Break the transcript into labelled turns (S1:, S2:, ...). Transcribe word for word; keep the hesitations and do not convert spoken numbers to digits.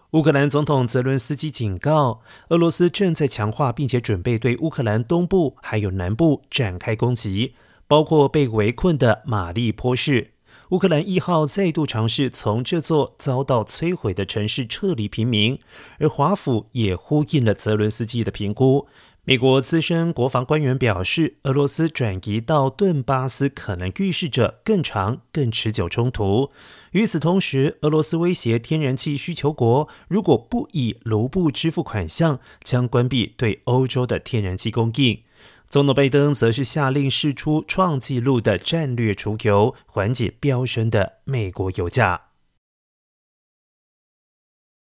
S1: 乌克兰总统泽伦斯基警告，俄罗斯正在强化并且准备对乌克兰东部还有南部展开攻击，包括被围困的马利坡市。乌克兰一号再度尝试从这座遭到摧毁的城市撤离平民，而华府也呼应了泽伦斯基的评估。美国资深国防官员表示，俄罗斯转移到顿巴斯可能预示着更长、更持久冲突。与此同时，俄罗斯威胁天然气需求国，如果不以卢布支付款项，将关闭对欧洲的天然气供应。总统拜登则是下令释出创纪录的战略储油，缓解飙升的美国油价。